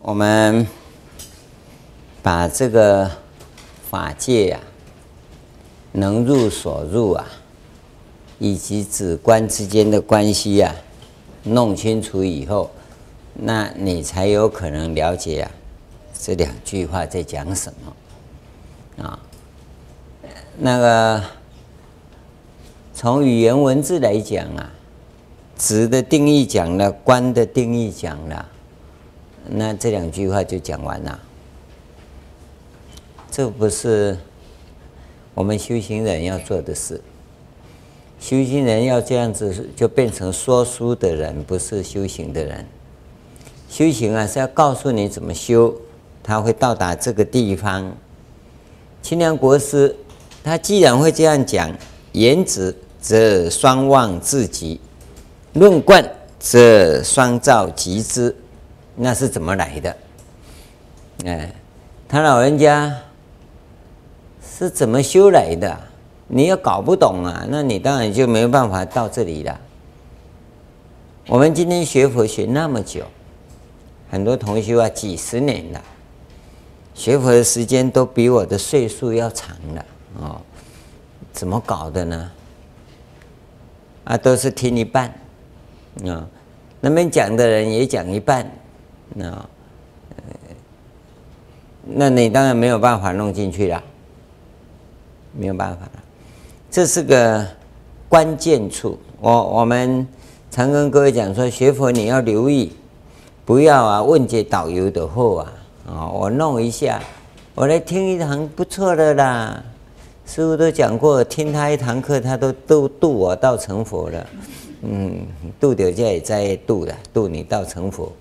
我们把这个法界啊，能入所入啊，以及止观之间的关系啊，弄清楚以后，那你才有可能了解啊这两句话在讲什么啊。那个从语言文字来讲啊，止的定义讲了，观的定义讲了，那这两句话就讲完了。这不是我们修行人要做的事。修行人要这样子，就变成说书的人，不是修行的人。修行啊，是要告诉你怎么修，他会到达这个地方。清凉国师他既然会这样讲，言止则双望自极，论观则双照极之，那是怎么来的？他老人家是怎么修来的？你要搞不懂啊，那你当然就没有办法到这里了。我们今天学佛学那么久，很多同修啊几十年了，学佛的时间都比我的岁数要长了哦。怎么搞的呢？啊，都是听一半啊，那边讲的人也讲一半啊，那你当然没有办法弄进去了，没有办法了。这是个关键处。我们常跟各位讲说，学佛你要留意，不要啊问解导游的后啊，我弄一下，我来听一堂不错的啦。师父都讲过，听他一堂课，他都度我到成佛了。度掉家也在度了，度你到成佛。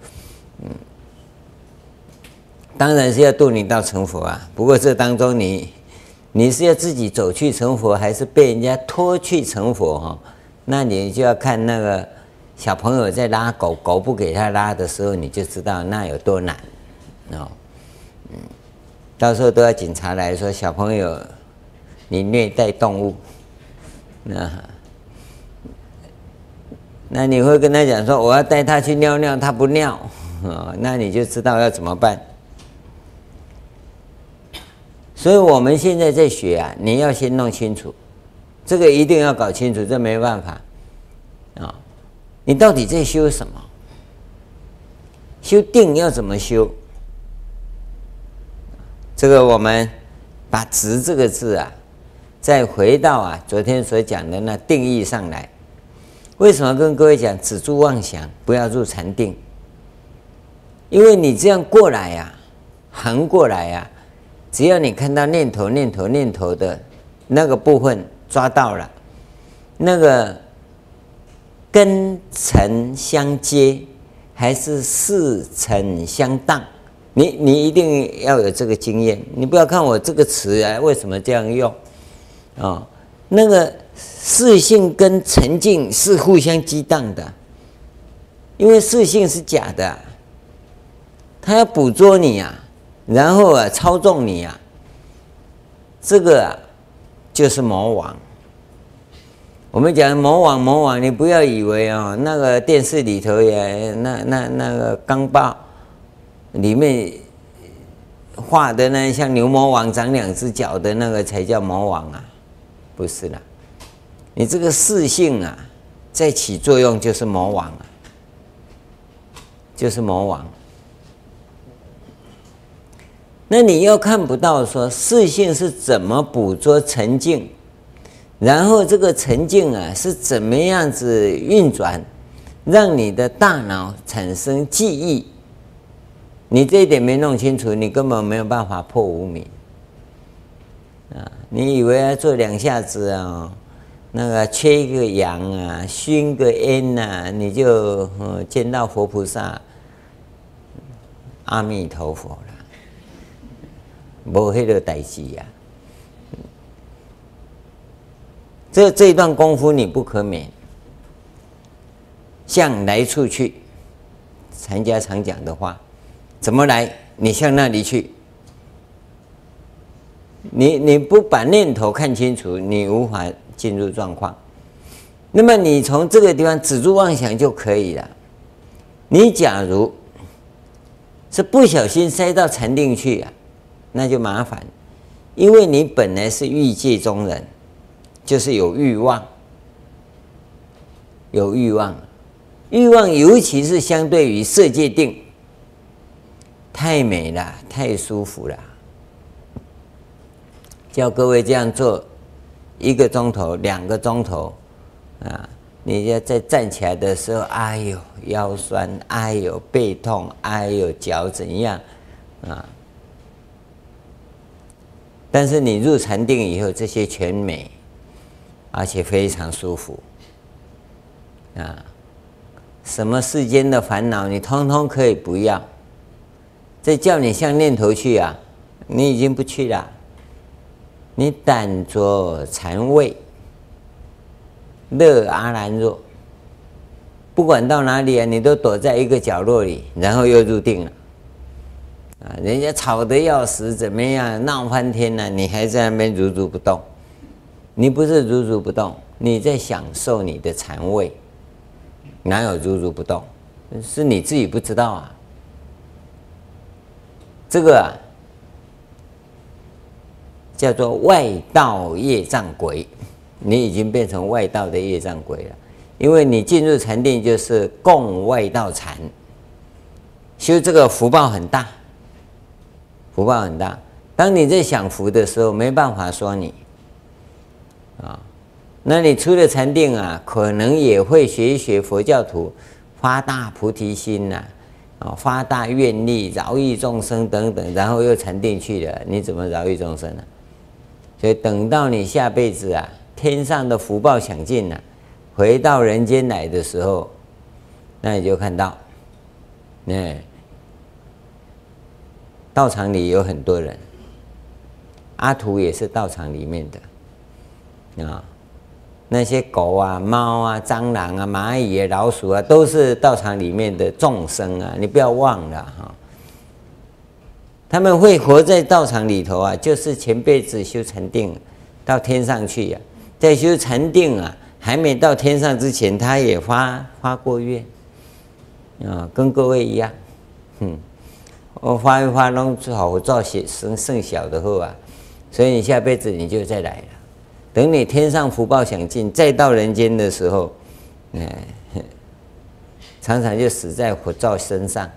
当然是要度你到成佛啊。不过这当中你是要自己走去成佛，还是被人家拖去成佛哈？那你就要看那个小朋友在拉狗，狗不给他拉的时候，你就知道那有多难哦。到时候都要警察来说，小朋友你虐待动物，那你会跟他讲说，我要带他去尿尿，他不尿那你就知道要怎么办。所以我们现在在学啊，你要先弄清楚，这个一定要搞清楚，这没办法啊。你到底在修什么？修定要怎么修？这个我们把“止”这个字啊，再回到啊昨天所讲的那定义上来。为什么跟各位讲止住妄想，不要入禅定？因为你这样过来啊，横过来啊。只要你看到念头的那个部分抓到了，那个根尘相接，还是似尘相当，你一定要有这个经验。你不要看我这个词啊，为什么这样用那个事性跟沉静是互相激荡的，因为事性是假的，他要捕捉你啊。然后啊，操纵你啊，这个啊，就是魔王。我们讲魔王，你不要以为啊，那个电视里头也那个钢报里面画的那像牛魔王长两只脚的那个才叫魔王啊，不是啦。你这个事性啊，在起作用就是魔王啊，就是魔王。那你要看不到说事性是怎么捕捉沉静，然后这个沉静啊是怎么样子运转，让你的大脑产生记忆。你这一点没弄清楚，你根本没有办法破无明你以为要做两下子啊，那个缺一个阳啊，熏个烟啊，你就见到佛菩萨，阿弥陀佛了。没那个代志呀，这一段功夫你不可免。向来处去，禅家常讲的话，怎么来？你向那里去。你不把念头看清楚，你无法进入状况。那么你从这个地方止住妄想就可以了。你假如是不小心塞到禅定去啊，那就麻烦。因为你本来是欲界中人，就是有欲望，有欲望，欲望尤其是相对于色界定，太美了，太舒服了。叫各位这样做1个钟头、2个钟头啊，你要在站起来的时候，哎呦腰酸，哎呦背痛，哎呦脚怎样啊？但是你入禅定以后，这些全美，而且非常舒服啊！什么世间的烦恼，你通通可以不要。再叫你向念头去啊，你已经不去了。你胆着禅味，乐阿兰若，不管到哪里啊，你都躲在一个角落里，然后又入定了。啊，人家吵得要死，怎么样，闹翻天了，你还在那边如如不动。你不是如如不动，你在享受你的禅味，哪有如如不动？是你自己不知道啊。这个啊，叫做外道业障鬼，你已经变成外道的业障鬼了。因为你进入禅定就是共外道禅，修这个福报很大。福报很大，当你在享福的时候，没办法说你啊。那你出了禅定啊，可能也会学一学佛教徒，发大菩提心呐，发大愿力，饶益众生等等，然后又禅定去了，你怎么饶益众生呢？所以等到你下辈子啊，天上的福报享尽了，回到人间来的时候，那你就看到，道场里有很多人，阿图也是道场里面的啊。那些狗啊、猫啊、蟑螂啊、蚂蚁啊、老鼠啊，都是道场里面的众生啊，你不要忘了哈。他们会活在道场里头啊，就是前辈子修禅定，到天上去啊，在修禅定啊，还没到天上之前，他也发过愿啊，跟各位一样，我发一发弄最好我造剩小的后啊，所以你下辈子你就再来了。等你天上福报享尽，再到人间的时候，常常就死在佛照身上，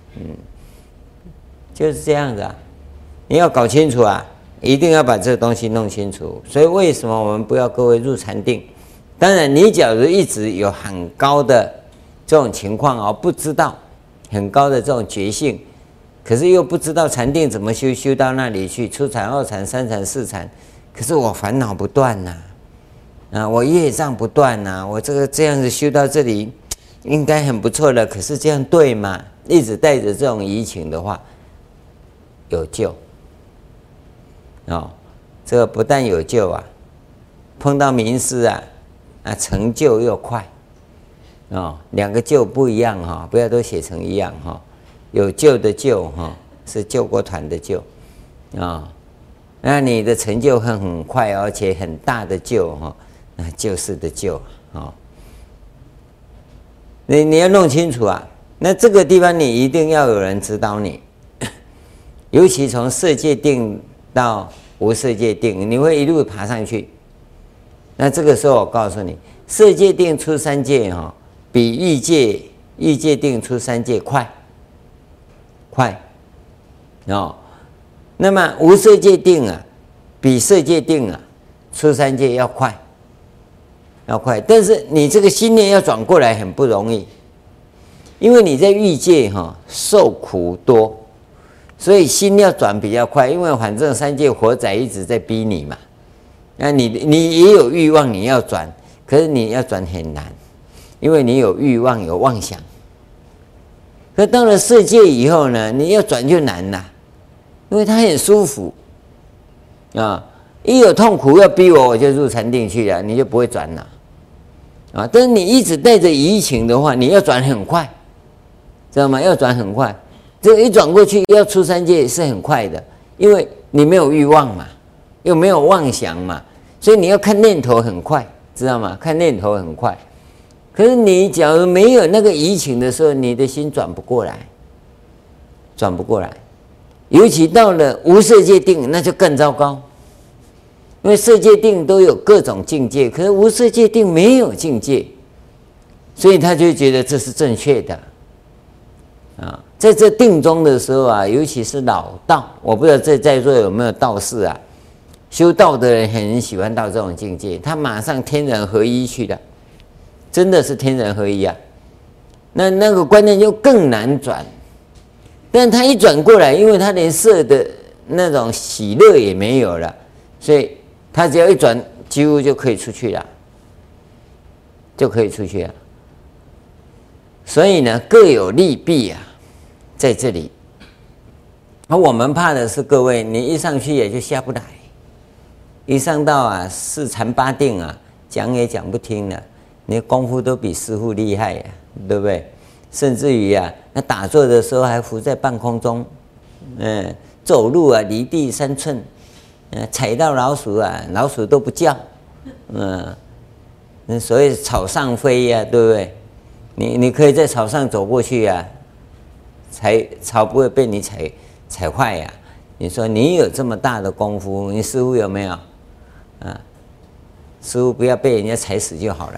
就是这样子啊。你要搞清楚啊，一定要把这个东西弄清楚。所以为什么我们不要各位入禅定？当然，你假如一直有很高的这种情况啊，不知道很高的这种觉性。可是又不知道禅定怎么修，修到那里去，初禅、二禅、3禅、4禅，可是我烦恼不断呐，我业障不断呐，我这样子修到这里，应该很不错了。可是这样对吗？一直带着这种疑情的话，有救这个不但有救啊，碰到名师啊，成就又快2个救不一样哈，不要都写成一样哈。有救的救是救国团的救那你的成就很快，而且很大的救那救世的救你要弄清楚啊。那这个地方你一定要有人指导你，尤其从色界定到无色界定，你会一路爬上去。那这个时候我告诉你，色界定出3界比欲界定出3界快那么无色界定啊，比色界定啊出3界要快，但是你这个心念要转过来很不容易，因为你在欲界受苦多，所以心要转比较快，因为反正3界活仔一直在逼你嘛。那你也有欲望，你要转，可是你要转很难，因为你有欲望有妄想。可到了色界以后呢，你要转就难了，因为它很舒服一有痛苦要逼我就入禅定去了，你就不会转了但是你一直带着疑情的话，你要转很快，知道吗？要转很快，这个一转过去要出3界是很快的，因为你没有欲望嘛，又没有妄想嘛，所以你要看念头很快，知道吗？看念头很快。可是你假如没有那个疑情的时候，你的心转不过来转不过来。尤其到了无色界定，那就更糟糕。因为色界定都有各种境界，可是无色界定没有境界，所以他就觉得这是正确的啊。在这定中的时候啊，尤其是老道，我不知道在座有没有道士啊？修道的人很喜欢到这种境界，他马上天人合一去了，真的是天人合一啊。那个观念就更难转，但他一转过来，因为他连色的那种喜乐也没有了，所以他只要一转，几乎就可以出去了，就可以出去了。所以呢，各有利弊啊，在这里。而我们怕的是各位，你一上去也就下不来，一上到啊四禅八定啊，讲也讲不听了，你功夫都比师父厉害呀，对不对？甚至于啊，那打坐的时候还浮在半空中，走路啊离地3寸。踩到老鼠啊，老鼠都不叫，所谓草上飞呀，对不对？你可以在草上走过去呀，草不会被你踩坏呀。你说你有这么大的功夫，你师父有没有？师父不要被人家踩死就好了。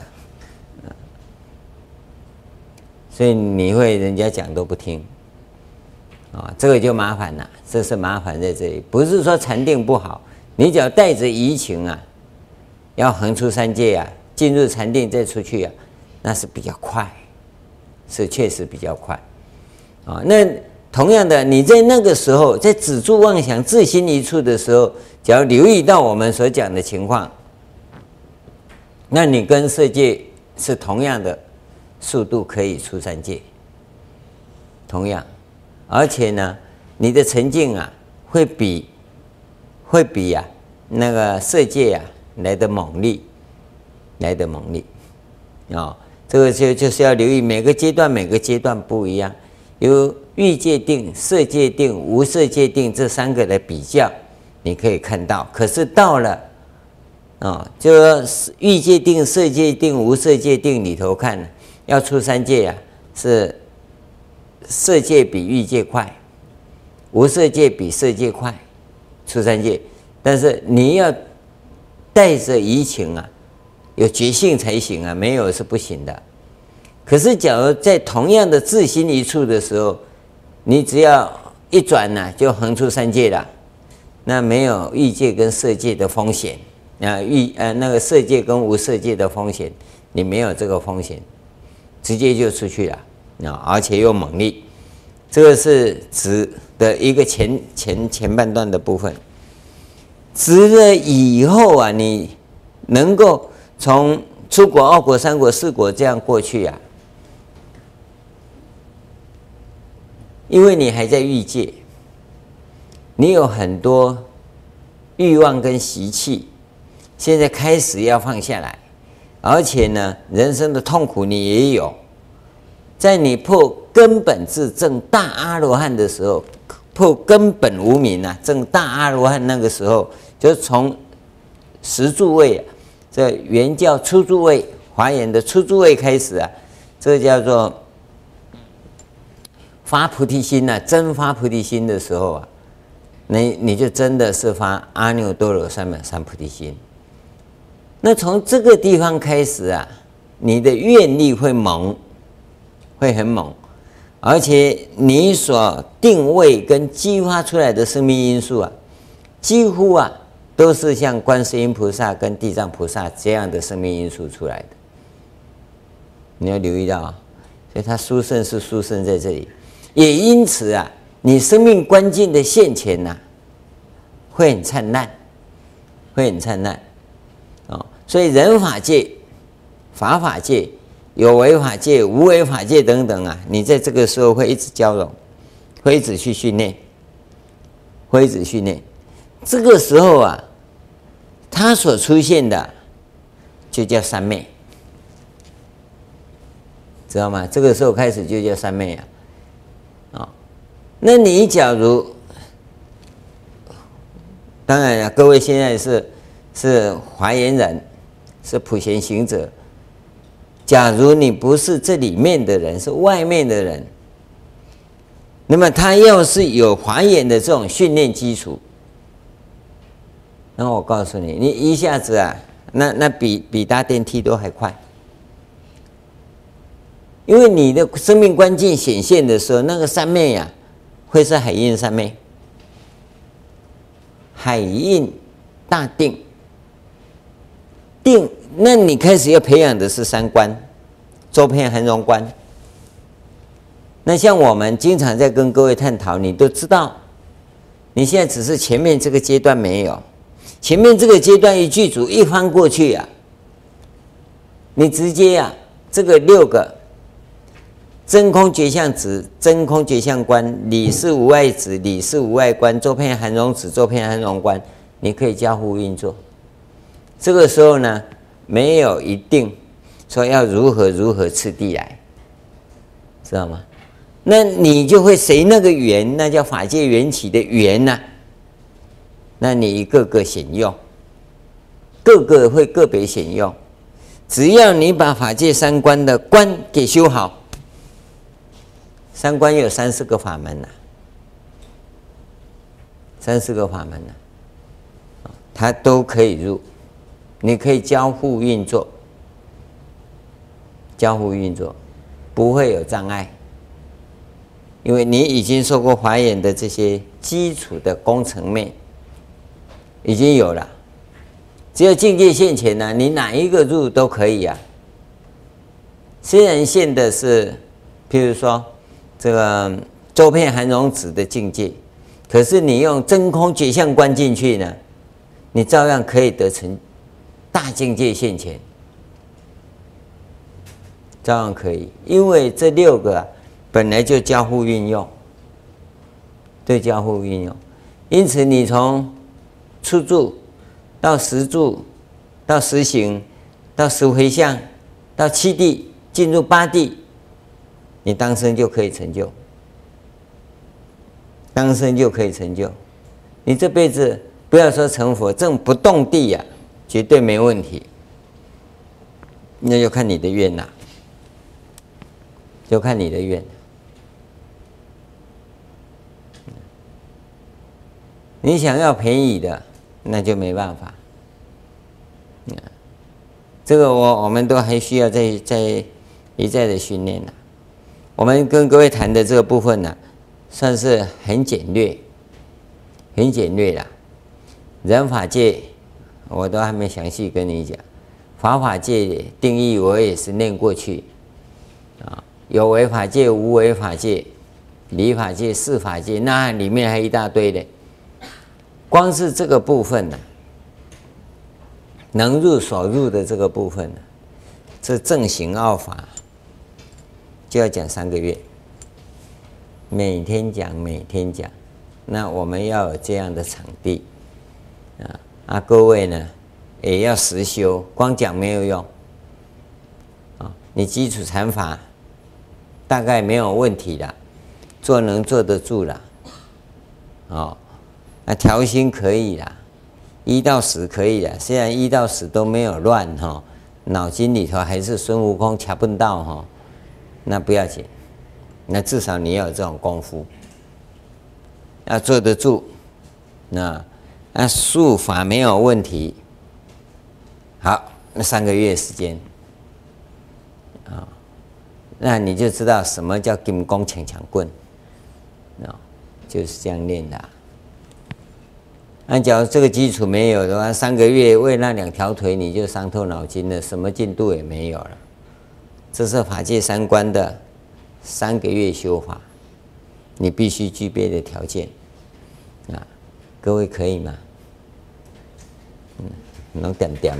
所以你会人家讲都不听，这个就麻烦了。这是麻烦在这里，不是说禅定不好。你只要带着疑情啊，要横出三界啊，进入禅定再出去啊，那是比较快，是确实比较快啊。那同样的，你在那个时候，在止住妄想、自心一处的时候，只要留意到我们所讲的情况，那你跟色界是同样的速度可以出三界，同样，而且呢，你的沉静啊，会比那个色界啊来得猛烈，这个就是要留意每个阶段不一样，有欲界定、色界定、无色界定这3个的比较，你可以看到。可是到了就欲界定、色界定、无色界定里头看，要出三界啊，是色界比欲界快，无色界比色界快。出三界，但是你要带着疑情啊，有觉性才行啊，没有是不行的。可是假如在同样的自心一处的时候，你只要一转呢，就横出三界了，那没有欲界跟色界的风险那个色界跟无色界的风险，你没有这个风险，直接就出去了而且又猛烈。这个是止的一个前半段的部分。止了以后啊，你能够从初果、二果、三果、四果这样过去啊，因为你还在欲界，你有很多欲望跟习气，现在开始要放下来，而且呢，人生的痛苦你也有。在你破根本智证大阿罗汉的时候，破根本无明啊，证大阿罗汉那个时候，就从十住位这原教初住位华严的初住位开始啊，这叫做发菩提心啊，真发菩提心的时候啊，你就真的是发阿耨多罗三藐三菩提心。那从这个地方开始啊，你的愿力会很猛，而且你所定位跟激发出来的生命因素啊，几乎啊都是像观世音菩萨跟地藏菩萨这样的生命因素出来的。你要留意到啊，所以它殊胜是殊胜在这里，也因此啊，你生命关键的现前呐，会很灿烂，所以人法界、法法界、有为法界、无为法界等等啊，你在这个时候会一直交融，会一直去训练，这个时候啊，它所出现的就叫三昧，知道吗？这个时候开始就叫三昧啊。那你假如，当然了，各位现在是华严人，是普贤行者。假如你不是这里面的人，是外面的人， 那么他要是有华严的这种训练基础，那我告诉你，你一下子啊，那比搭电梯都还快。因为你的生命关键显现的时候，那个三昧呀，会是海印三昧，海印大定。定，那你开始要培养的是三观，周遍含容观。那像我们经常在跟各位探讨，你都知道，你现在只是前面这个阶段没有，前面这个阶段一具足一翻过去啊，你直接啊，这个6个真空觉相止、真空觉相观、理事无碍止、理事无碍观、周遍含容止、周遍含容观，你可以交互运作。这个时候呢，没有一定说要如何次第来，知道吗？那你就会随那个缘，那叫法界缘起的缘呐、那你一个个显用，个个会个别显用。只要你把法界三观的观给修好，三观有30个法门呐、30个法门呐、它都可以入。你可以交互运作，交互运作不会有障碍，因为你已经受过华严的这些基础的工程面已经有了。只要境界现前呢、你哪一个入都可以啊。虽然现的是，譬如说这个周遍含容止的境界，可是你用真空觉相观进去呢，你照样可以得成大境界现前，照样可以，因为这6个、本来就交互运用，对，交互运用。因此，你从初住到10住，到10行，到10回向，到7地，进入8地，你当生就可以成就，当生就可以成就。你这辈子不要说成佛，这种不动地呀、绝对没问题，那就看你的愿啦，就看你的愿。你想要便宜的，那就没办法。这个我们都还需要再一再的训练啦。我们跟各位谈的这个部分呢，算是很简略，很简略啦。人法界我都还没详细跟你讲，法界定义我也是念过去啊，有为法界、无为法界、理法界、事法界，那里面还一大堆的。光是这个部分呢、能入所入的这个部分呢、这正行奥法就要讲3个月，每天讲，每天讲。那我们要有这样的场地各位呢也要实修，光讲没有用你基础禅法大概没有问题的，做能坐得住了调心可以啦，1到10可以啦。虽然1到10都没有乱脑筋里头还是孙悟空掐不到那不要紧，那至少你要有这种功夫，要坐得住。那术法没有问题。好，那3个月时间那你就知道什么叫金光强强棍就是这样练的。那假如这个基础没有的话，3个月为那2条腿你就伤透脑筋了，什么进度也没有了。这是法界三观的3个月修法，你必须具备的条件各位可以吗？能点点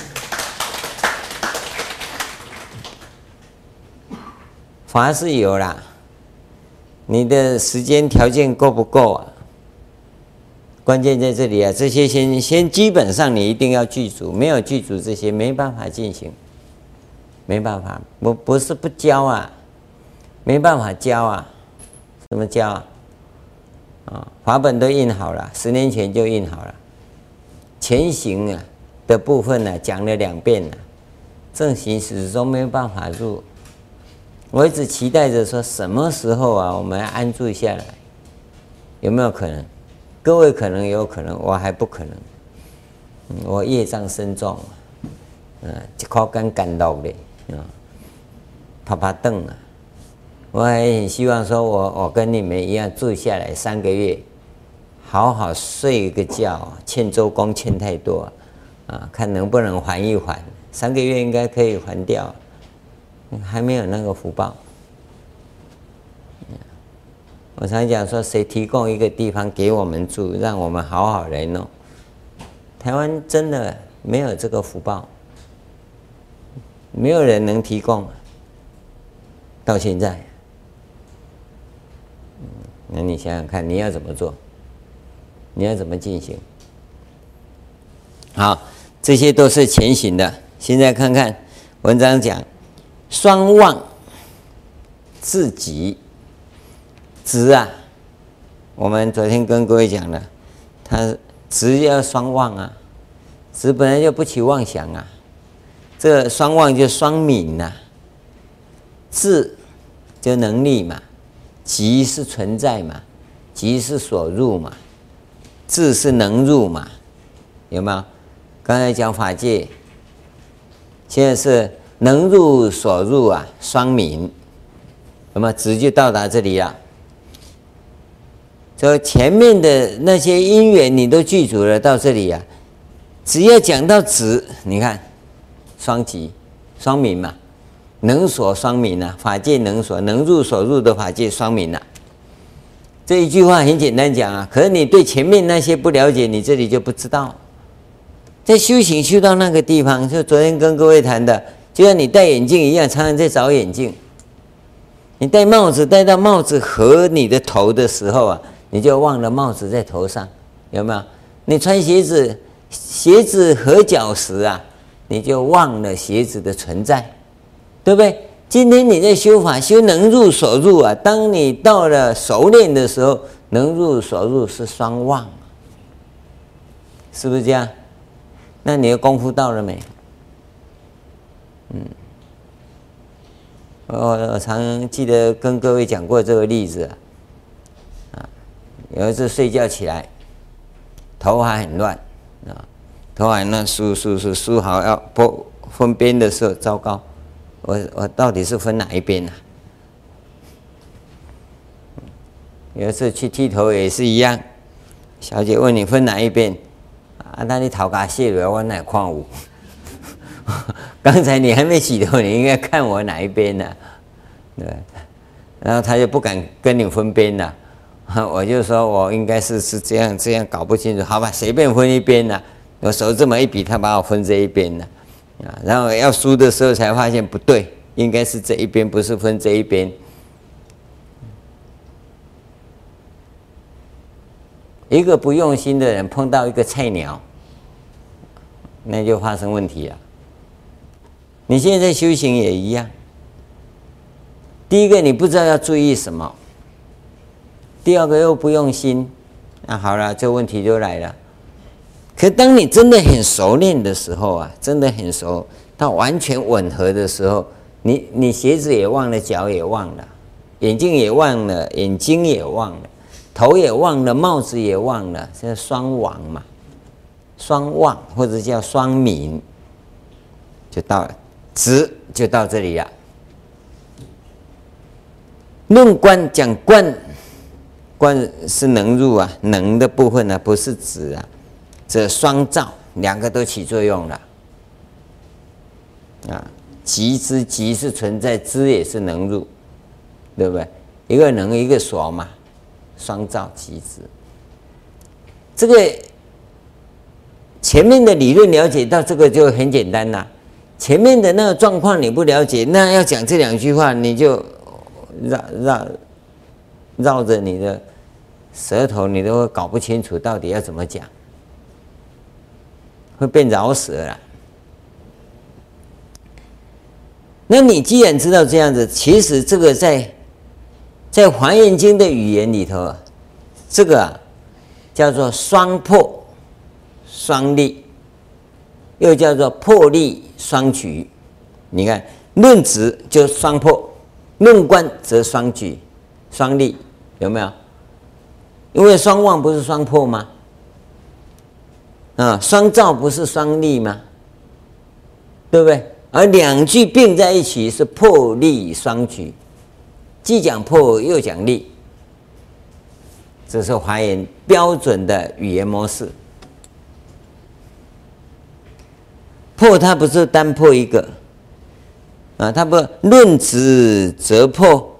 法是有啦，你的时间条件够不够啊？关键在这里啊，这些先基本上你一定要具足，没有具足这些没办法进行，没办法，不是不教啊，没办法教啊，怎么教法本都印好了，10年前就印好了，前行的部分讲了2遍了，正行始终没有办法入， 我一直期待着说，什么时候啊，我们要安住下来？有没有可能？各位可能也有可能，我还不可能。我业障深重，一口干干落的，爬爬凳啊。我还很希望说我跟你们一样住下来3个月，好好睡一个觉，欠周公欠太多看能不能还一还，3个月应该可以还掉，还没有那个福报。我常讲说，谁提供一个地方给我们住，让我们好好来弄？台湾真的没有这个福报，没有人能提供，到现在。那你想想看，你要怎么做？你要怎么进行？好，这些都是前行的。现在看看文章讲，双旺自己直啊。我们昨天跟各位讲了，它直要双旺啊，直本来就不起妄想啊。这个双旺就双敏呐，智就能力嘛。即是存在嘛，即是所入嘛，智是能入嘛，有没有？刚才讲法界，现在是能入所入啊，双敏，那么直就到达这里了。就前面的那些因缘你都具足了，到这里啊，只要讲到直，你看双极双敏嘛。能所双敏啊，法界能所，能入所入的法界双敏啊。这一句话很简单讲啊，可是你对前面那些不了解，你这里就不知道。在修行修到那个地方，就昨天跟各位谈的，就像你戴眼镜一样，常常在找眼镜。你戴帽子，戴到帽子合你的头的时候啊，你就忘了帽子在头上，有没有？你穿鞋子，鞋子合脚时啊，你就忘了鞋子的存在。对不对？今天你在修法，修能入所入啊。当你到了熟练的时候，能入所入是双旺，是不是这样？那你的功夫到了没？我常记得跟各位讲过这个例子有一次睡觉起来，头还很乱头还乱，梳好要分边的时候，糟糕。我到底是分哪一边啊？有一次去剃头也是一样，小姐问你分哪一边那你头壳洗了，我哪看有？刚才你还没洗头，你应该看我哪一边呢？对，然后他就不敢跟你分边了。我就说我应该是这样搞不清楚，好吧，随便分一边了。我手这么一比，他把我分这一边了。然后要梳的时候才发现不对，应该是这一边，不是分这一边。一个不用心的人碰到一个菜鸟，那就发生问题了。你现在修行也一样，第一个你不知道要注意什么，第二个又不用心，那好了，这问题就来了。可当你真的很熟练的时候啊，真的很熟，到完全吻合的时候，你鞋子也忘了，脚也忘了，眼镜也忘了，眼睛也忘了，头也忘了，帽子也忘了，这双忘嘛，双忘或者叫双敏，就到了，直就到这里了。论观讲观，观是能入啊，能的部分呢，不是直啊。这双照两个都起作用了即知即是存在，知也是能入，对不对？一个能一个所嘛，双照即知。这个前面的理论了解到这个就很简单啦。前面的那个状况你不了解，那要讲这两句话，你就绕着你的舌头，你都会搞不清楚到底要怎么讲。会变饶舌了。那你既然知道这样子，其实这个在《华严经》的语言里头这个叫做双破双立，又叫做破立双举。你看论直就双破， 论观则双举，双立，有没有？因为双旺不是双破吗？双照不是双立吗？对不对？而两句并在一起是破立双举，既讲破又讲立，这是华严标准的语言模式。破它不是单破一个它不论执则破，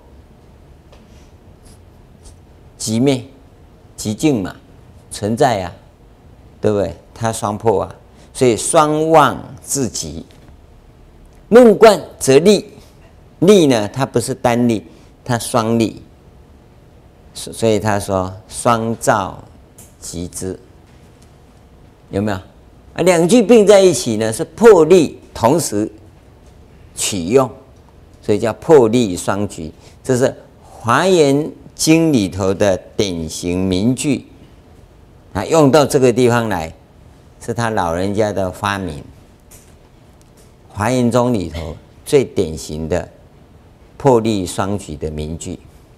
即灭即净嘛，存在啊，对不对？它双破啊，所以双旺自极。论观则立，立呢，它不是单立，它双立，所以他说双照即之，有没有？两句并在一起呢，是破立同时取用，所以叫破立双举。这是华严经里头的典型名句用到这个地方来，是他老人家的发明。华严宗里头最典型的破立双举的名句。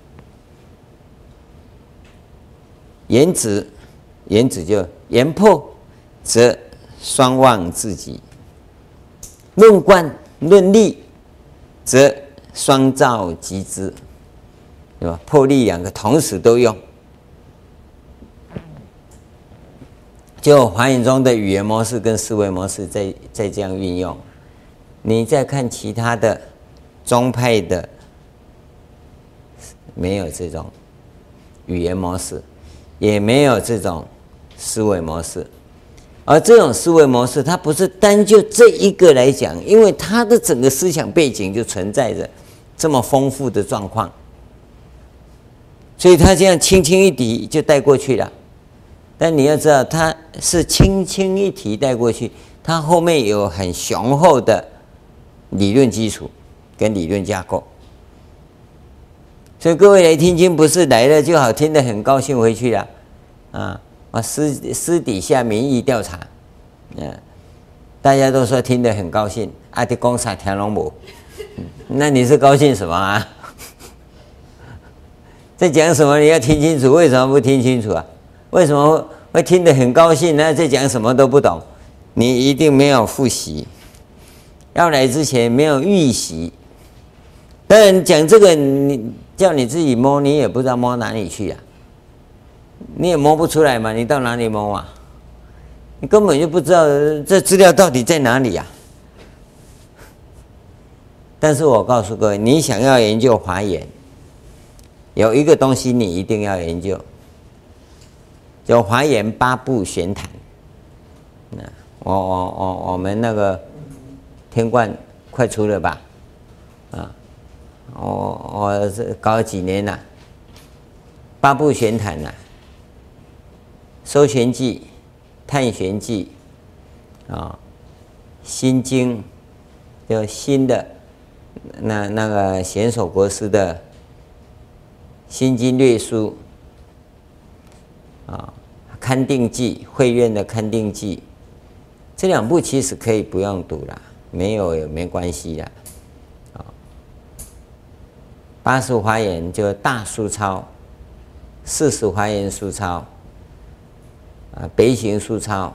言止就言破则双旺自极，论观论立则双照即之，对吧？破立两个同时都用，就华严宗的语言模式跟思维模式再这样运用。你再看其他的宗派的，没有这种语言模式，也没有这种思维模式。而这种思维模式，它不是单就这一个来讲，因为它的整个思想背景就存在着这么丰富的状况，所以它这样轻轻一提就带过去了。但你要知道，它是轻轻一提带过去，它后面有很雄厚的理论基础跟理论架构。所以各位来听经，不是来了就好，听得很高兴回去了私底下民意调查大家都说听得很高兴，你讲啥听拢无那你是高兴什么啊？在讲什么你要听清楚，为什么不听清楚啊？为什么会听得很高兴呢？在讲什么都不懂，你一定没有复习，要来之前没有预习。当然讲这个，你叫你自己摸，你也不知道摸哪里去啊，你也摸不出来嘛，你到哪里摸啊？你根本就不知道这资料到底在哪里啊。但是我告诉各位，你想要研究华严，有一个东西你一定要研究，叫华严八部玄坛。我们那个天冠快出了吧？我搞了几年了，八部玄坛搜玄记、探玄记心经，就新的那个贤首国师的心经略书勘定记，慧苑的勘定记，这两部其实可以不用读了，没有也没关系啦。80华严就大书抄，40华严书抄北行书抄，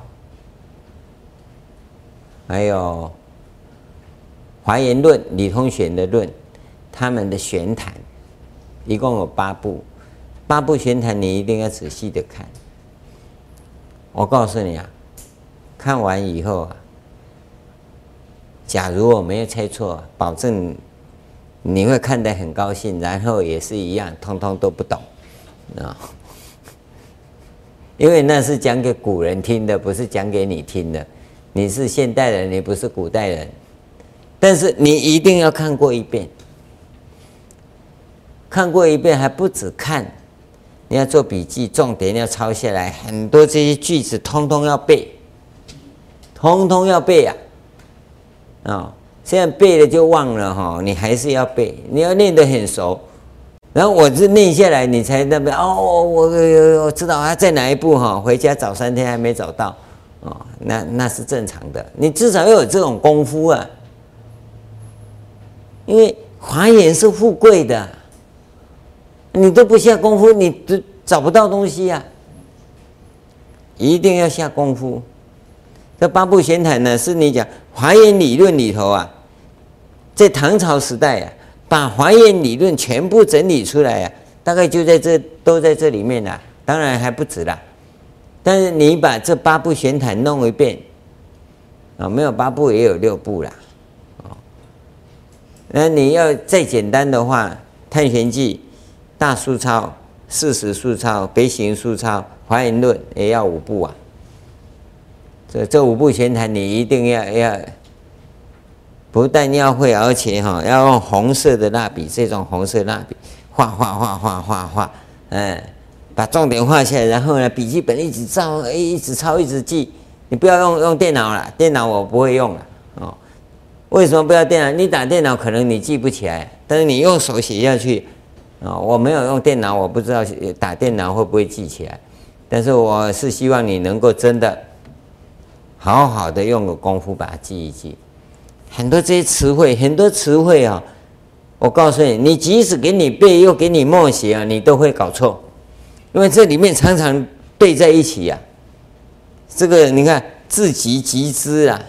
还有华严论、理通玄的论，他们的玄坛一共有8部，8部玄坛你一定要仔细的看。我告诉你看完以后假如我没有猜错，保证你会看得很高兴，然后也是一样，通通都不懂因为那是讲给古人听的，不是讲给你听的。你是现代人，你不是古代人，但是你一定要看过一遍。看过一遍还不止看，你要做笔记，重点要抄下来，很多这些句子通通要背，通通要背现在背了就忘了你还是要背，你要念得很熟。然后我是念下来，你才那边我知道在哪一部回家找3天还没找到那是正常的。你至少要有这种功夫因为华严是富贵的，你都不下功夫，你都找不到东西啊！一定要下功夫。这八部玄坛呢，是你讲华严理论里头啊，在唐朝时代啊，把华严理论全部整理出来啊，大概就在这都在这里面啦，当然还不止啦。但是你把这八部玄坛弄一遍啊，没有八部也有6部啦。那你要再简单的话，《探玄记》、大疏钞、事实疏钞、别行疏钞、华严论也要5部啊。这5部玄坛你一定要，不但要会，而且要用红色的蜡笔，这种红色蜡笔画，把重点画下来，然后呢，笔记本一直抄，一直抄，一直记。你不要用电脑了，电脑我不会用了哦。为什么不要电脑？你打电脑可能你记不起来，但是你用手写下去啊、我没有用电脑，我不知道打电脑会不会记起来。但是我是希望你能够真的好好的用个功夫把它记一记。很多这些词汇，很多词汇啊，我告诉你，你即使给你背又给你默写啊，你都会搞错，因为这里面常常对在一起呀、这个你看自集集之啊，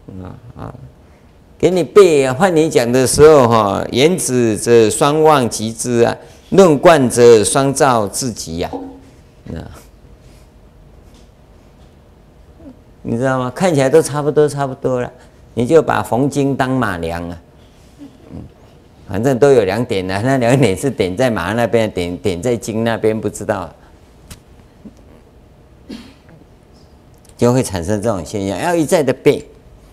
给你背啊，换你讲的时候哈，言子则双望集之啊，论贯则双照自集呀，你知道吗？看起来都差不多了，你就把缝经当马良啊，反正都有2点啊，那2点是点在马那边，点在经那边，不知道，就会产生这种现象，要一再的背。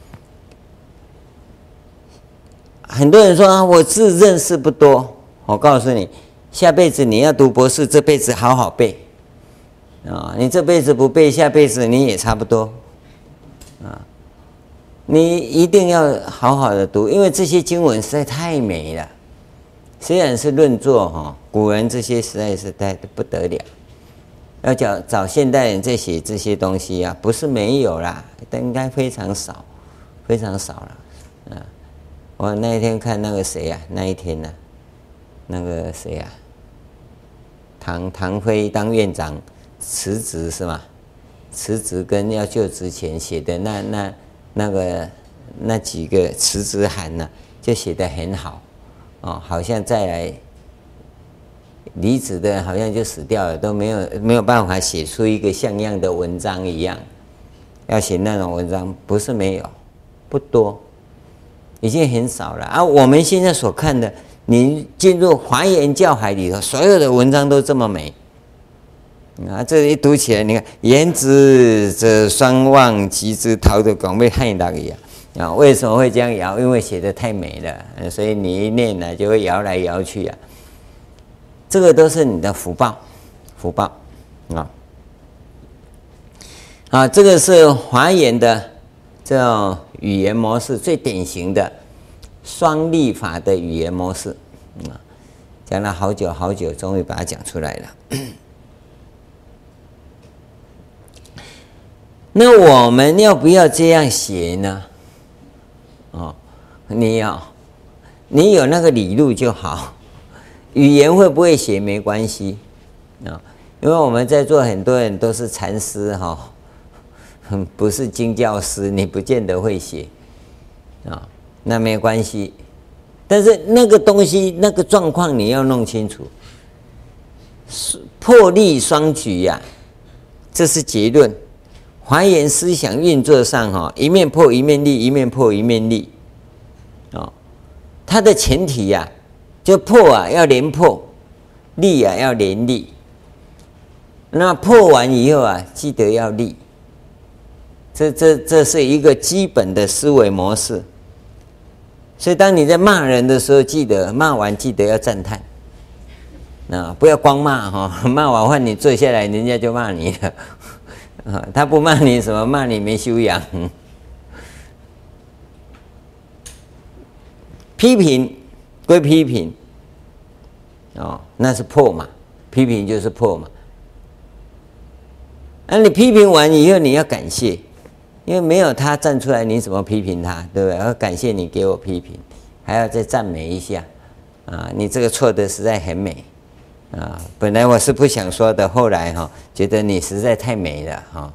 很多人说啊，我字认识不多，我告诉你，下辈子你要读博士，这辈子好好背啊！你这辈子不背，下辈子你也差不多啊！你一定要好好的读，因为这些经文实在太美了。虽然是论作哈，古人这些实在是太不得了。要找现代人在写这些东西啊，不是没有啦，但应该非常少，非常少了啊！我那一天看那个谁啊，那一天呢、那个谁啊，唐飞当院长辞职是吗？辞职跟要就职前写的那几个辞职函呢、就写得很好哦，好像再来离职的人好像就死掉了，都没有办法写出一个像样的文章一样。要写那种文章不是没有，不多，已经很少了啊。我们现在所看的，你进入华严教海里头，所有的文章都这么美啊！这一读起来，你看言之则双望集之，陶的广被汉那个呀啊！为什么会这样摇？因为写的太美了，所以你一念呢，就会摇来摇去啊。这个都是你的福报，福报啊！这个是华严的这种语言模式最典型的双立法的语言模式啊，讲了好久好久，终于把它讲出来了。那我们要不要这样写呢？哦，你有那个理路就好。语言会不会写没关系啊，因为我们在座很多人都是禅师哈，不是经教师，你不见得会写啊，那没关系。但是那个东西那个状况你要弄清楚，破立双举呀，这是结论。华严思想运作上哈，一面破一面立，一面破一面立，它的前提呀。就破啊，要连破；立啊，要连立。那破完以后啊，记得要立。这是一个基本的思维模式。所以，当你在骂人的时候，记得骂完记得要赞叹。啊，不要光骂哈，骂完换你坐下来，人家就骂你了。啊，他不骂你什么？骂你没修养。批评。归批评，那是破嘛，批评就是破嘛。你批评完以后，你要感谢，因为没有他站出来，你怎么批评他，对不对？要感谢你给我批评，还要再赞美一下， 你这个错的实在很美本来我是不想说的，后来觉得你实在太美了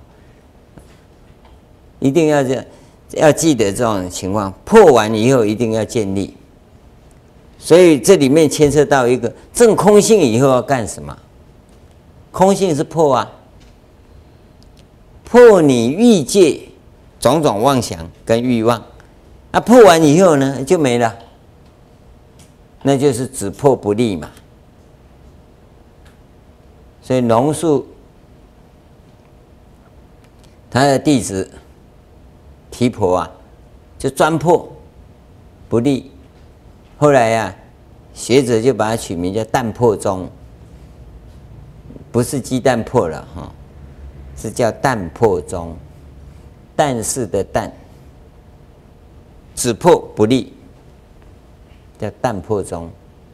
一定要记得这种情况，破完以后一定要建立。所以这里面牵涉到一个证空性以后要干什么？空性是破破你欲界种种妄想跟欲望破完以后呢就没了，那就是只破不立嘛。所以龙树他的弟子提婆就专破不立，后来学者就把它取名叫淡破宗，不是鸡蛋破了是叫淡破宗，但是的淡，只破不立，叫淡破宗。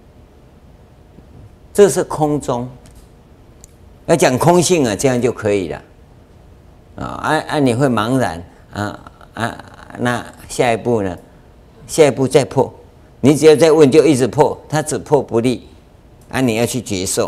这是空宗，要讲空性这样就可以了你会茫然那下一步呢？下一步再破，你只要再问就一直破，它只破不立你要去接受。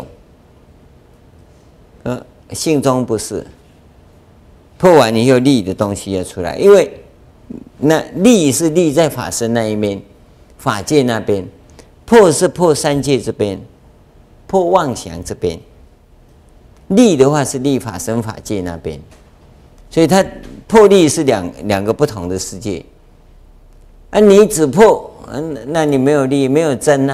性中不是破完以后立的东西要出来，因为那立是立在法身那一面，法界那边，破是破三界这边，破妄想这边，立的话是立法身法界那边，所以它破立是两个不同的世界你只破那你没有立没有真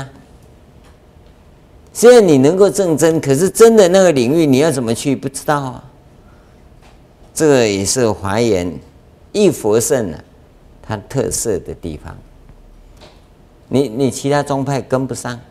虽然你能够证真，可是真的那个领域你要怎么去不知道这个也是华严一佛圣它特色的地方，你其他宗派跟不上，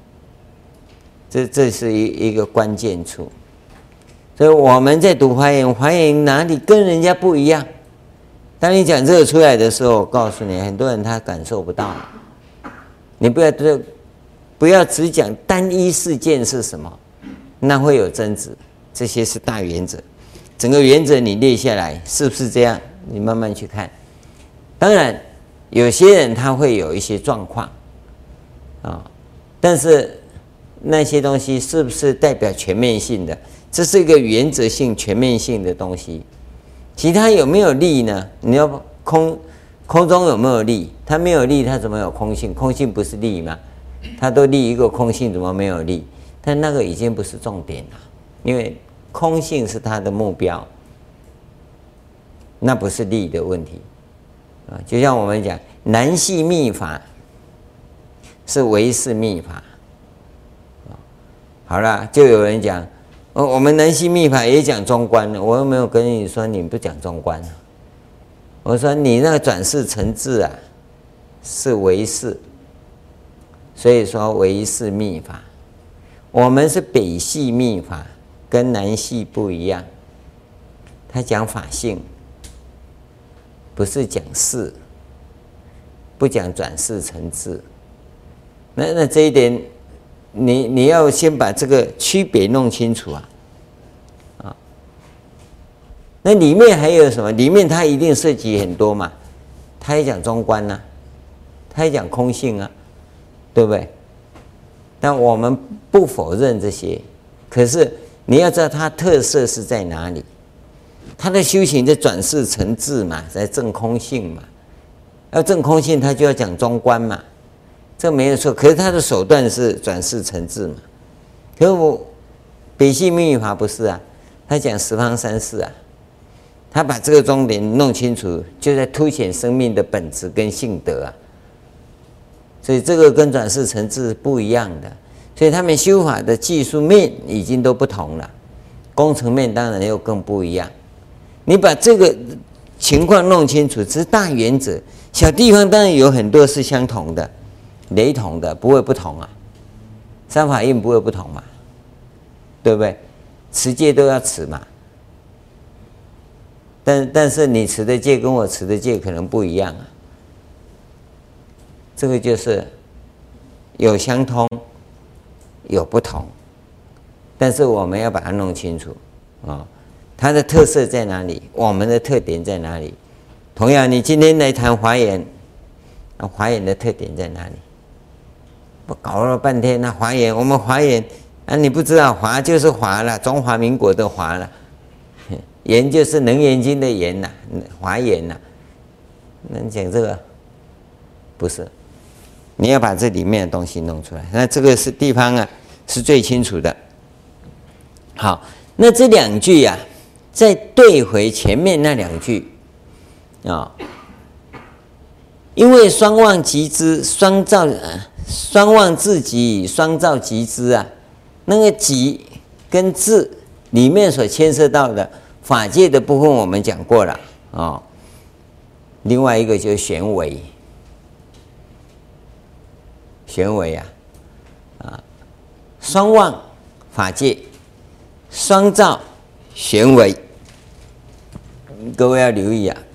这是一个关键处。所以我们在读华严，华严哪里跟人家不一样？当你讲这个出来的时候，我告诉你，很多人他感受不到。你不要只讲单一事件是什么，那会有争执。这些是大原则，整个原则你列下来，是不是这样？你慢慢去看。当然，有些人他会有一些状况但是那些东西是不是代表全面性的？这是一个原则性、全面性的东西。其他有没有力呢？你要空中有没有力？它没有力，它怎么有空性？空性不是力吗？它都立一个空性，怎么没有力？但那个已经不是重点了，因为空性是它的目标，那不是力的问题就像我们讲南系密法是唯识密法好了，就有人讲我们南系密法也讲中观，我又没有跟你说你不讲中观我说你那个转世成智是唯识，所以说唯识密法。我们是北系密法，跟南系不一样，他讲法性，不是讲事，不讲转世成智。那这一点你要先把这个区别弄清楚那里面还有什么？里面它一定涉及很多嘛，它也讲中观它也讲空性对不对？但我们不否认这些，可是你要知道它特色是在哪里。它的修行在转世成智嘛，在证空性嘛，要证空性，它就要讲中观嘛，这没有错。可是它的手段是转世成智嘛。可是我北系密法不是他讲十方三世他把这个重点弄清楚，就在凸显生命的本质跟性德所以这个跟转世成智不一样的，所以他们修法的技术面已经都不同了，工程面当然又更不一样。你把这个情况弄清楚，这是大原则，小地方当然有很多是相同的、雷同的，不会不同三法印不会不同嘛，对不对？持戒都要持嘛，但是你持的戒跟我持的戒可能不一样这个就是有相通，有不同，但是我们要把它弄清楚它的特色在哪里，我们的特点在哪里。同样，你今天来谈华严，华严的特点在哪里？ 搞了半天那华严，我们华严啊，你不知道华就是华了，中华民国的华了，严就是能严经的严呐，华严呐。能讲这个？不是，你要把这里面的东西弄出来。那这个是地方啊，是最清楚的。好，那这两句啊，再对回前面那两句啊。因为双旺集之，双旺自己，双造集之啊。那个集跟智里面所牵涉到的法界的部分，我们讲过了啊、哦。另外一个就是玄微，玄微啊，双旺法界，双造玄微，各位要留意啊。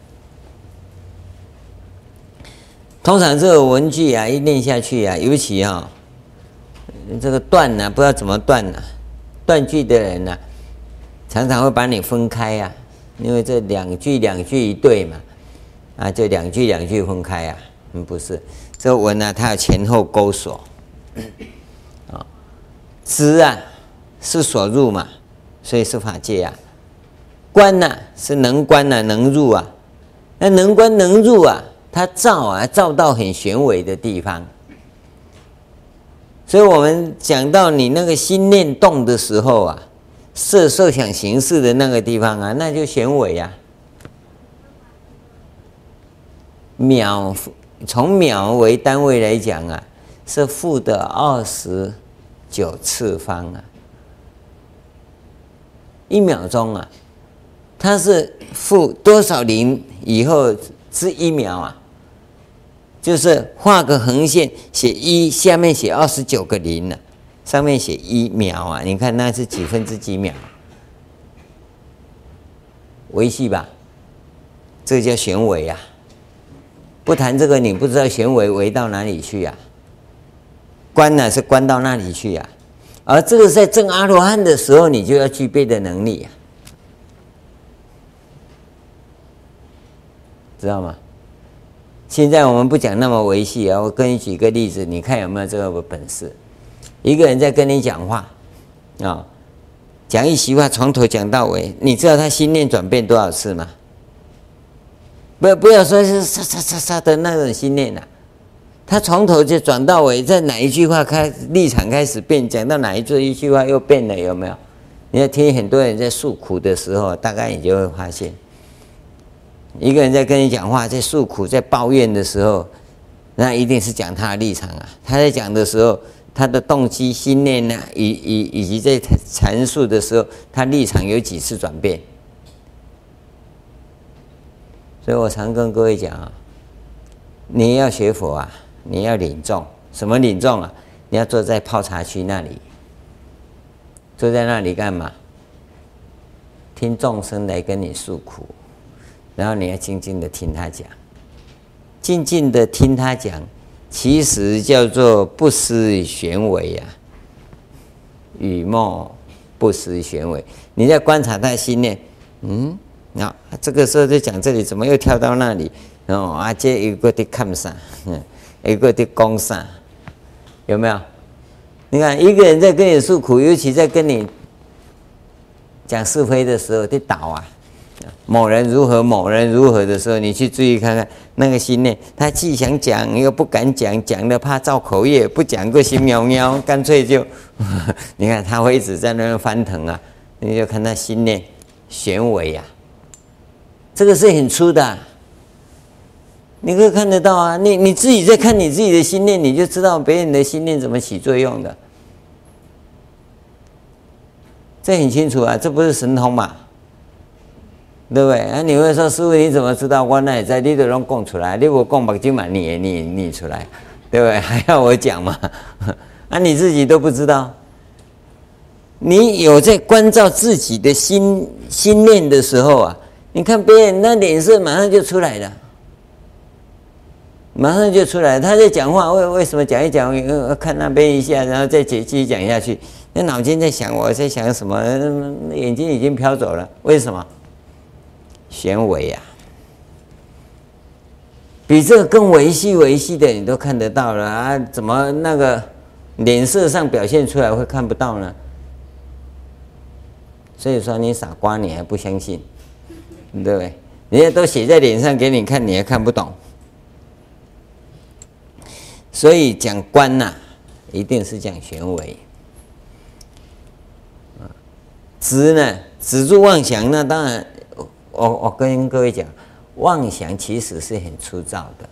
通常这个文句啊，一念下去啊，尤其这个断呢、不知道怎么断呢、断句的人呢、常常会把你分开啊，因为这两句一对嘛，啊，就两句分开啊，不是这个文呢、它有前后勾锁，啊，知啊是所入嘛，所以是法界啊，观呢、是能观啊，能入啊，那能观能入啊。它照到很玄微的地方，所以我们讲到你那个心念动的时候啊，色受想行识的那个地方啊，那就玄微啊。秒从秒为单位来讲啊，是负的29次方啊，1秒钟啊，它是负多少零以后是1秒啊？就是画个横线，写1，下面写29个零了，上面写1秒啊！你看那是几分之几秒？微细吧？这个叫玄微啊！不谈这个，你不知道玄微微到哪里去啊？观呢是观到那里去啊？而这个在证阿罗汉的时候，你就要具备的能力啊，知道吗？现在我们不讲那么微细啊，我跟你举个例子，你看有没有这个本事？一个人在跟你讲话啊，讲一席话从头讲到尾，你知道他心念转变多少次吗？不要说是沙的那种心念啊，他从头就转到尾，在哪一句话立场开始变，讲到哪一句话又变了，有没有？你要听很多人在诉苦的时候，大概你就会发现。一个人在跟你讲话，在诉苦、在抱怨的时候，那一定是讲他的立场啊。他在讲的时候，他的动机、心念呢、以及在阐述的时候，他立场有几次转变。所以我常跟各位讲啊，你要学佛啊，你要领众，什么领众啊？你要坐在泡茶区那里，坐在那里干嘛？听众生来跟你诉苦。然后你要静静的听他讲，静静的听他讲，其实叫做不思玄微啊，语默不思玄微。你在观察他的心念，那这个时候就讲这里，怎么又跳到那里？这一个在看啥，一个在讲啥，有没有？你看一个人在跟你诉苦，尤其在跟你讲是非的时候，在倒啊。某人如何，某人如何的时候，你去注意看看那个心念，他既想讲又不敢讲，讲了怕造口业，不讲个心喵喵，干脆就，你看他会一直在那边翻腾啊，你就看他心念玄微啊，这个是很粗的、啊，你可以看得到啊，你自己在看你自己的心念，你就知道别人的心念怎么起作用的，这很清楚啊，这不是神通嘛？对不对？啊，你会说师父你怎么知道？我那也在，你都能讲出来，你不讲目睭嘛，你出来，对不对？还要我讲嘛？啊，你自己都不知道，你有在关照自己的心念的时候啊，你看别人那脸色马上就出来了，马上就出来了。他在讲话，为什么讲一讲，看那边一下，然后再继续讲下去？那脑筋在想我在想什么？眼睛已经飘走了，为什么？玄微啊，比这个更微细的你都看得到了啊！怎么那个脸色上表现出来会看不到呢？所以说你傻瓜，你还不相信，对不对？人家都写在脸上给你看，你还看不懂。所以讲观呐、一定是讲玄微。止呢，止住妄想，那当然，我跟各位讲，妄想其实是很粗糙的，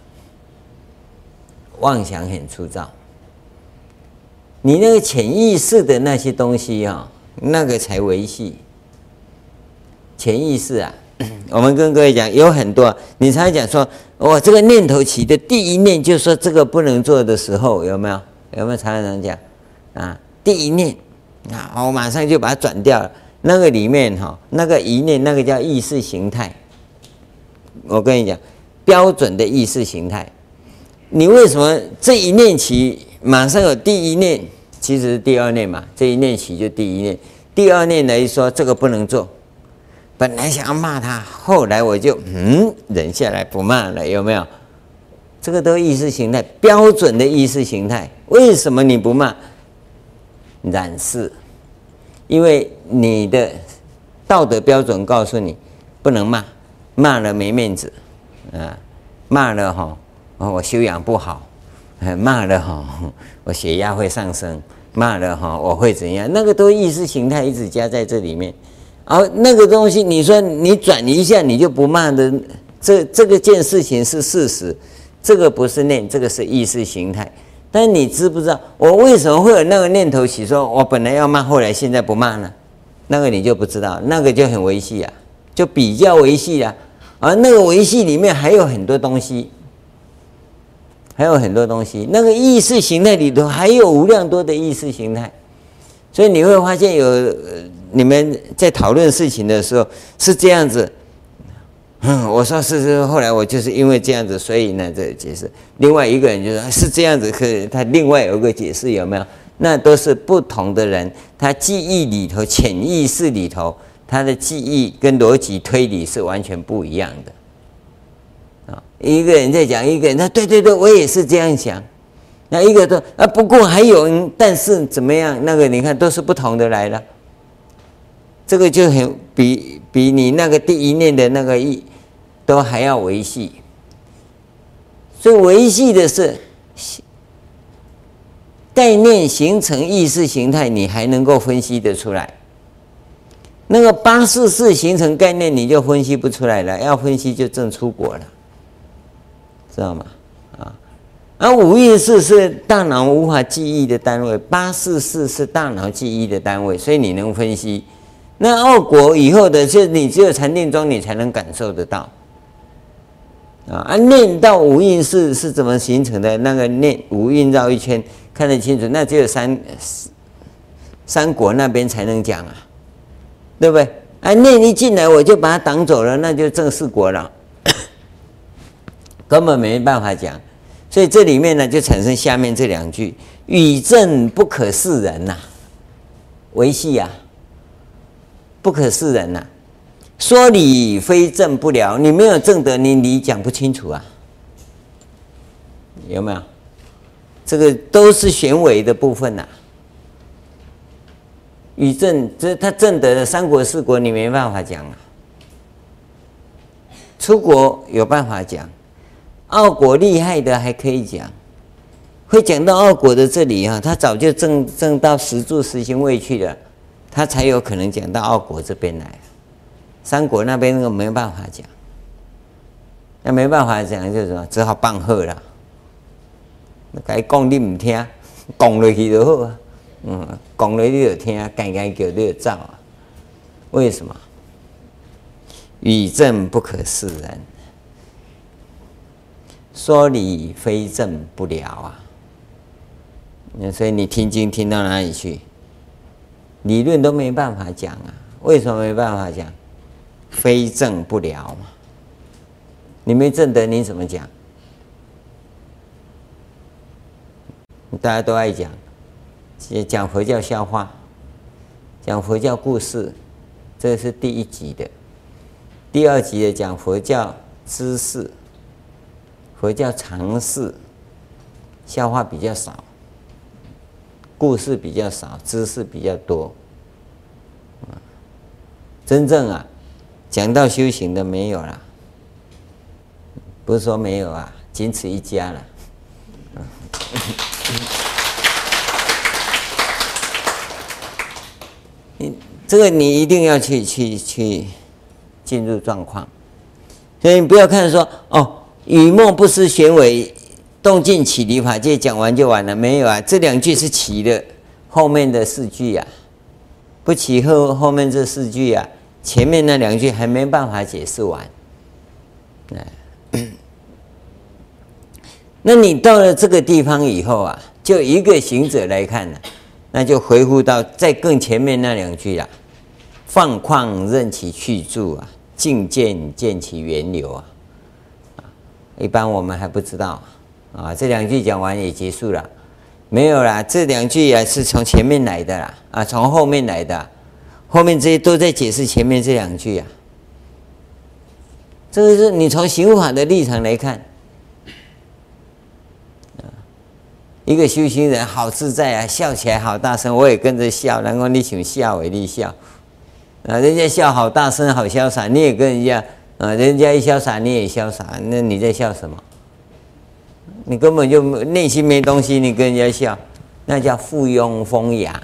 妄想很粗糙。你那个潜意识的那些东西啊，那个才维系。潜意识啊，我们跟各位讲，有很多，你才讲说，我这个念头起的第一念，就说这个不能做的时候，有没有？有没有常常讲啊？第一念啊，我马上就把它转掉了。那个里面哈，那个一念，那个叫意识形态。我跟你讲，标准的意识形态。你为什么这一念起马上有第一念？其实是第二念嘛，这一念起就第一念。第二念来说，这个不能做。本来想要骂他，后来我就忍下来不骂了，有没有？这个都意识形态，标准的意识形态。为什么你不骂？染饰，因为你的道德标准告诉你不能骂，骂了没面子啊，骂了哈，我修养不好，骂了哈，我血压会上升，骂了哈，我会怎样？那个都意识形态一直加在这里面。而那个东西，你说你转一下，你就不骂的，这个件事情是事实，这个不是念，这个是意识形态。但你知不知道，我为什么会有那个念头起，说我本来要骂，后来现在不骂呢？那个你就不知道，那个就很维系啊，就比较维系啊。而那个维系里面还有很多东西，还有很多东西，那个意识形态里头还有无量多的意识形态。所以你会发现有你们在讨论事情的时候是这样子，我说是，后来我就是因为这样子，所以呢这个解释。另外一个人就说是这样子，可是他另外有一个解释，有没有？那都是不同的人，他记忆里头、潜意识里头，他的记忆跟逻辑推理是完全不一样的。一个人在讲，一个人他对，我也是这样想。那一个都不过还有人，但是怎么样？那个你看都是不同的来了，这个就很比你那个第一念的那个意都还要维系。所以维系的是概念形成意识形态，你还能够分析得出来。那个844形成概念，你就分析不出来了，要分析就正出国了，知道吗？而514是大脑无法记忆的单位，844是大脑记忆的单位，所以你能分析。那奥果以后的，就你只有禅定中你才能感受得到。念到五蕴是怎么形成的？那个念五蕴绕一圈看得清楚，那只有三果那边才能讲啊，对不对？念一进来我就把它挡走了，那就正四果了，根本没办法讲。所以这里面呢，就产生下面这两句：语正不可示人呐、维系啊，不可示人呐、说理非正不了，你没有正德，你理讲不清楚啊，有没有？这个都是玄微的部分呐、语正，这他正德的三国四国你没办法讲啊，出国有办法讲。奥果厉害的还可以讲，会讲到奥果的这里啊，他早就正到实住实行位去了，他才有可能讲到奥果这边来。三国那边那个没办法讲，那没办法讲就是什么，只好放话啦。该讲你唔听，讲落去就好啊。讲落你就听，该叫你就走啊。为什么？语正不可示人。说理非正不了啊！所以你听经听到哪里去？理论都没办法讲啊！为什么没办法讲？非正不了嘛！你没正德，你怎么讲？大家都爱讲，讲佛教笑话，讲佛教故事，这是第一集的。第二集的讲佛教知识。佛教常识，笑话比较少， 故事比较少，知识比较多。真正啊，讲到修行的没有啦，不是说没有啊，仅此一家了。这个你一定要去进入状况，所以你不要看说哦，雨墨不思玄微，动静起离法界讲完就完了，没有啊，这2句是齐的，后面的4句啊，不齐后面这4句啊，前面那2句还没办法解释完。那你到了这个地方以后啊，就一个行者来看呢，那就回复到在更前面那2句啊，放旷任其去住啊，境见见其源流啊。一般我们还不知道啊，这2句讲完也结束了，没有啦，这2句啊是从前面来的啦，啊，从后面来的啊，后面这些都在解释前面这2句啊。这个是你从行法的立场来看。一个修行人好自在啊，笑起来好大声，我也跟着笑。然后你想笑为你笑，人家笑好大声好潇洒，你也跟人家人家一潇洒你也潇洒，那你在笑什么？你根本就内心没东西，你跟人家笑，那叫附庸风雅，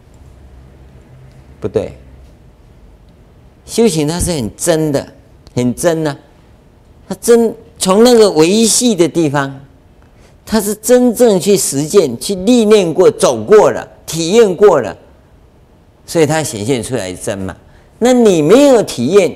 不对。修行它是很真的，很真啊，它真从那个维系的地方。他是真正去实践、去历练过、走过了、体验过了，所以它显现出来真嘛。那你没有体验，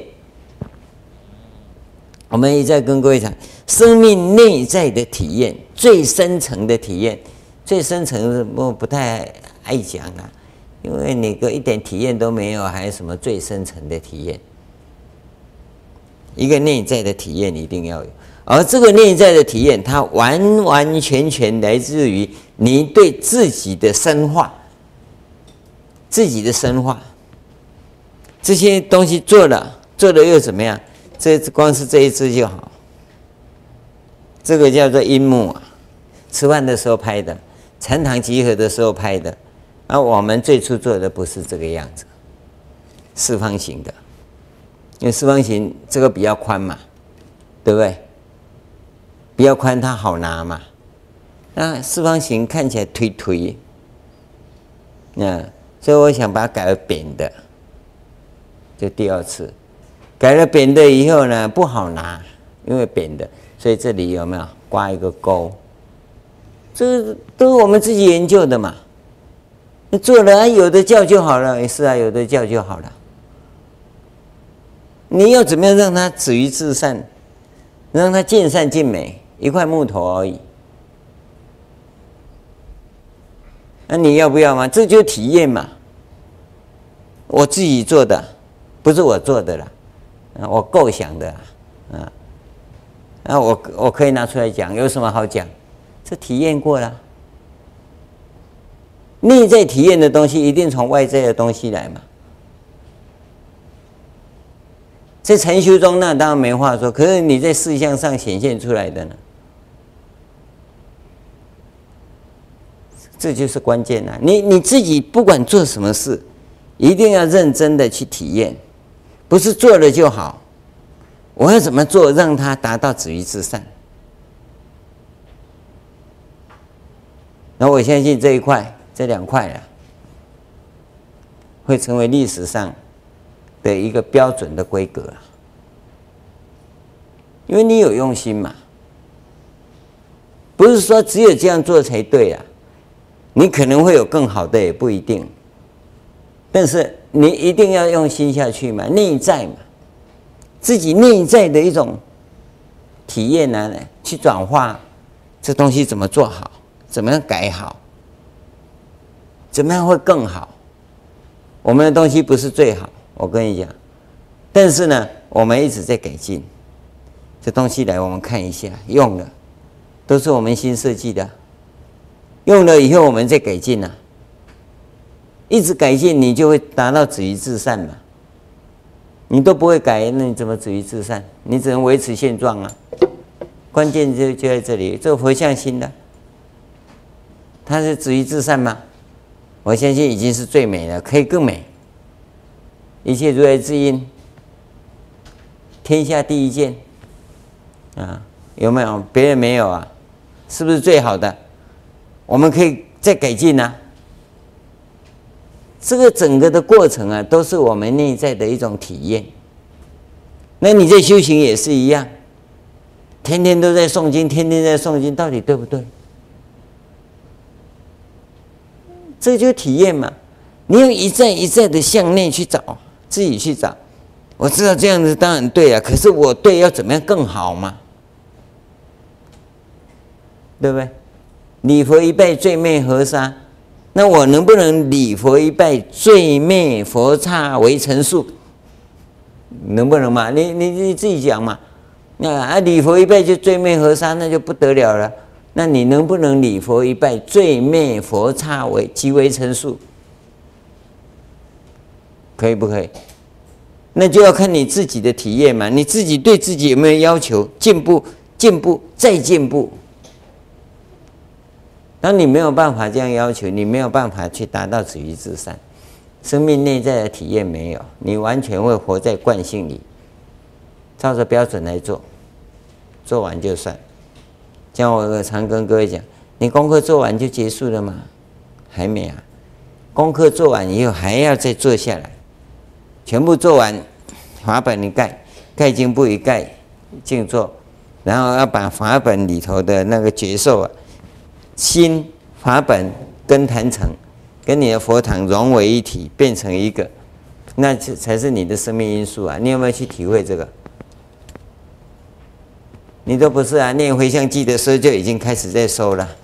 我们一再跟各位讲，生命内在的体验，最深层的体验，最深层的我不太爱讲啦，因为你个一点体验都没有，还有什么最深层的体验？一个内在的体验一定要有。而这个内在的体验，它完完全全来自于你对自己的深化，自己的深化。这些东西做了又怎么样？这光是这一支就好。这个叫做樱木啊，吃饭的时候拍的，禅堂集合的时候拍的。而我们最初做的不是这个样子，四方形的，因为四方形这个比较宽嘛，对不对？比较宽，它好拿嘛。那四方形看起来推，所以我想把它改为扁的，就第2次改了扁的以后呢，不好拿，因为扁的，所以这里有没有刮一个钩？这都是我们自己研究的嘛。你做了，有的叫就好了，是啊，有的叫就好了。你要怎么样让它止于至善，让它尽善尽美？一块木头而已，那你要不要嘛？这就体验嘛。我自己做的，不是我做的啦，我构想的啊。那我可以拿出来讲，有什么好讲？这体验过了，内在体验的东西一定从外在的东西来嘛。在禅修中那当然没话说，可是你在事项上显现出来的呢？这就是关键啊！你自己不管做什么事，一定要认真的去体验，不是做了就好。我要怎么做，让它达到止于至善？那我相信这一块、这2块啊，会成为历史上的一个标准的规格啊，因为你有用心嘛，不是说只有这样做才对啊。你可能会有更好的，也不一定。但是你一定要用心下去嘛，内在嘛，自己内在的一种体验呢，去转化这东西怎么做好，怎么样改好，怎么样会更好。我们的东西不是最好，我跟你讲，但是呢，我们一直在改进。这东西来，我们看一下，用了，都是我们新设计的。用了以后，我们再改进啊，一直改进，你就会达到止于至善嘛。你都不会改，那你怎么止于至善？你只能维持现状啊。关键就在这里，这个佛像心的，它是止于至善吗？ 我相信已经是最美了，可以更美。一切如来之因，天下第一件啊，有没有？别人没有啊，是不是最好的？我们可以再改进啊。这个整个的过程啊，都是我们内在的一种体验。那你在修行也是一样，天天都在诵经，天天在诵经，到底对不对？这就体验嘛。你要一再一再的向内去找，自己去找。我知道这样子当然对啊，可是我对要怎么样更好嘛？对不对？礼佛一拜，罪灭河沙。那我能不能礼佛一拜，罪灭佛刹为成数？能不能嘛？你自己讲嘛。那礼佛一拜就罪灭河沙，那就不得了了。那你能不能礼佛一拜，罪灭佛刹为即为成数？可以不可以？那就要看你自己的体验嘛。你自己对自己有没有要求？进步，进步，再进步。当你没有办法这样要求，你没有办法去达到止于至善，生命内在的体验没有，你完全会活在惯性里，照着标准来做，做完就算。像我常跟各位讲，你功课做完就结束了吗？还没啊，功课做完以后还要再做下来，全部做完，法本你盖，盖经部一盖，静坐，然后要把法本里头的那个觉受啊。心法本跟坛城，跟你的佛堂融为一体，变成一个，那才是你的生命因素啊！你有没有去体会这个？你都不是啊！念回向记的时候就已经开始在收了。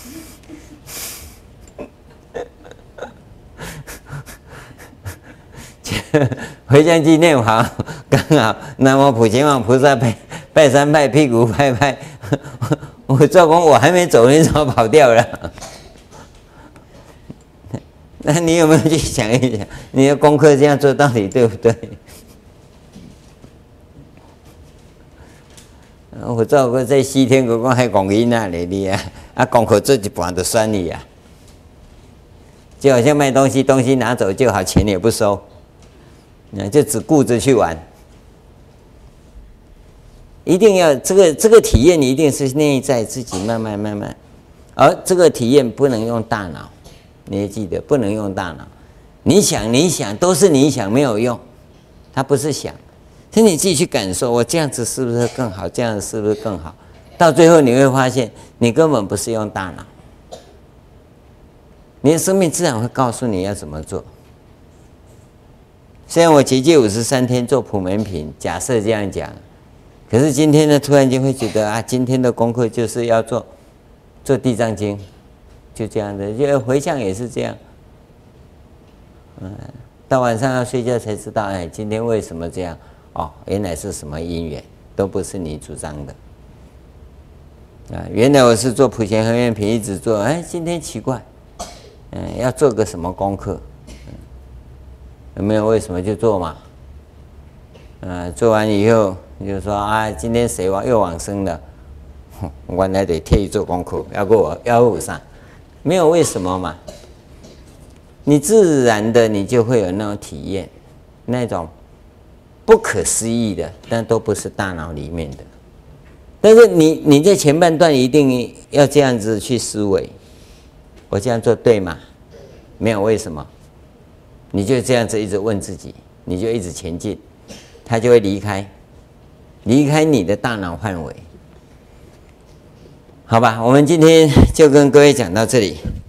回向记念好，刚好南无普贤王菩萨拜三拜，屁股拍拍。我做工我还没走，你怎么跑掉了？那你有没有去想一想，你的功课这样做到底对不对？我做过在西天国公还讲伊那里的啊，功课做一半就算你啊，就好像卖东西，东西拿走就好，钱也不收，就只顾着去玩。一定要这个体验，你一定是内在自己慢慢，而这个体验不能用大脑，你也记得不能用大脑。你想都是你想，没有用，它不是想，是你自己去感受。我这样子是不是更好？这样子是不是更好？到最后你会发现，你根本不是用大脑，你的生命自然会告诉你要怎么做。虽然我结界53天做普门品，假设这样讲。可是今天呢，突然间会觉得啊，今天的功课就是要做地藏经，就这样的，就回向也是这样。到晚上要睡觉才知道，哎，今天为什么这样？哦，原来是什么因缘，都不是你主张的。原来我是做普贤恒愿品，一直做，哎，今天奇怪，要做个什么功课？有没有为什么就做嘛？做完以后。你就说啊，今天谁又往生了？原来得替伊做功课，要我啥？没有为什么嘛？你自然的你就会有那种体验，那种不可思议的，但都不是大脑里面的。但是你在前半段一定要这样子去思维，我这样做对吗？没有为什么，你就这样子一直问自己，你就一直前进，他就会离开你的大脑范围，好吧？我们今天就跟各位讲到这里。